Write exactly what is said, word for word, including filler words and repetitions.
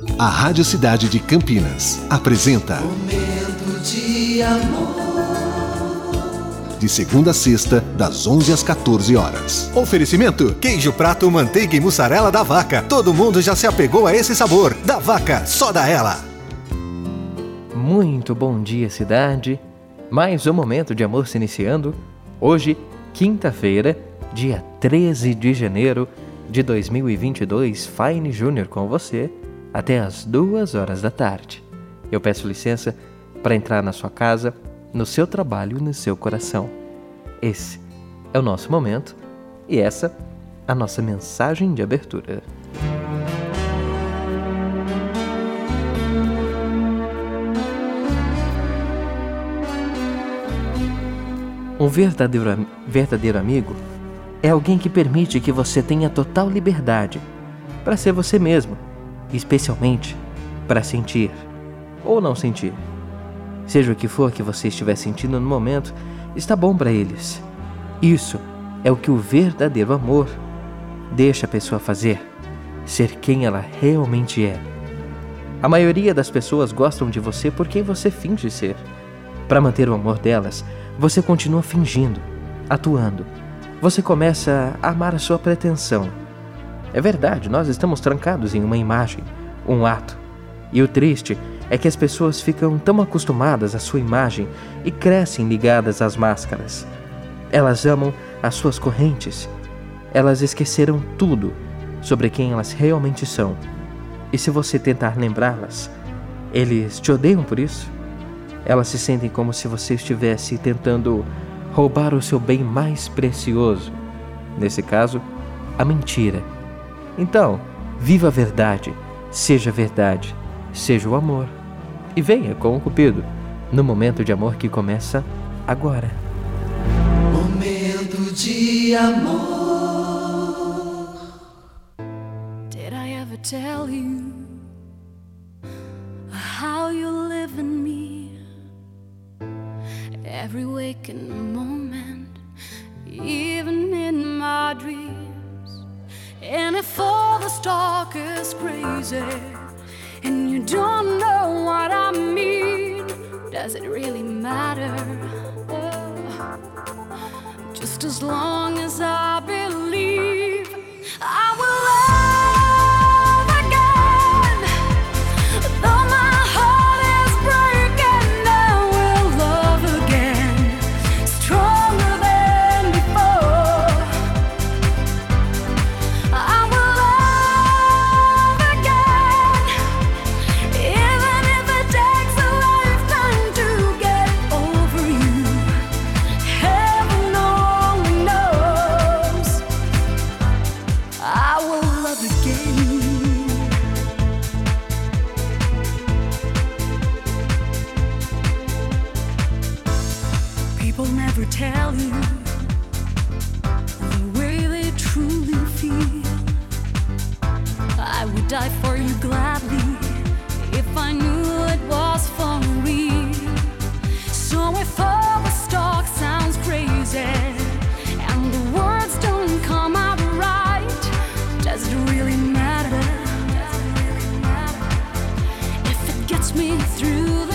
A Rádio Cidade de Campinas apresenta Momento de Amor. De segunda a sexta, das onze às quatorze horas. Oferecimento: queijo prato, manteiga e mussarela da Vaca. Todo mundo já se apegou a esse sabor. Da Vaca, só da ela. Muito bom dia, cidade. Mais um Momento de Amor se iniciando. Hoje, quinta-feira, dia treze de janeiro de dois mil e vinte e dois. Fine Júnior com você até as duas horas da tarde. Eu peço licença para entrar na sua casa, no seu trabalho e no seu coração. Esse é o nosso momento e essa a nossa mensagem de abertura. Um verdadeiro, verdadeiro amigo é alguém que permite que você tenha total liberdade para ser você mesmo, especialmente para sentir ou não sentir. Seja o que for que você estiver sentindo no momento, está bom para eles. Isso é o que o verdadeiro amor deixa a pessoa fazer, ser quem ela realmente é. A maioria das pessoas gostam de você por quem você finge ser. Para manter o amor delas, você continua fingindo, atuando. Você começa a amar a sua pretensão. É verdade, nós estamos trancados em uma imagem, um ato. E o triste é que as pessoas ficam tão acostumadas à sua imagem e crescem ligadas às máscaras. Elas amam as suas correntes. Elas esqueceram tudo sobre quem elas realmente são. E se você tentar lembrá-las, eles te odeiam por isso? Elas se sentem como se você estivesse tentando roubar o seu bem mais precioso. Nesse caso, a mentira. Então, viva a verdade, seja a verdade, seja o amor. E venha com o Cupido, no momento de amor que começa agora. Momento de Amor. Did I ever tell you how you live in me? Every waking moment, even in my dreams. And if all the talk is crazy and you don't know what I mean, does it really matter? Oh, just as long as I believe I will love again. Though my heart is breaking, I will love again, stronger than before. I will love again, even if it takes a lifetime to get over you. Heaven only knows. I will love again. People never tell you the way they truly feel. I would die for you gladly if I knew it was for real. So if all the talk sounds crazy and the words don't come out right, does it really matter? If it gets me through the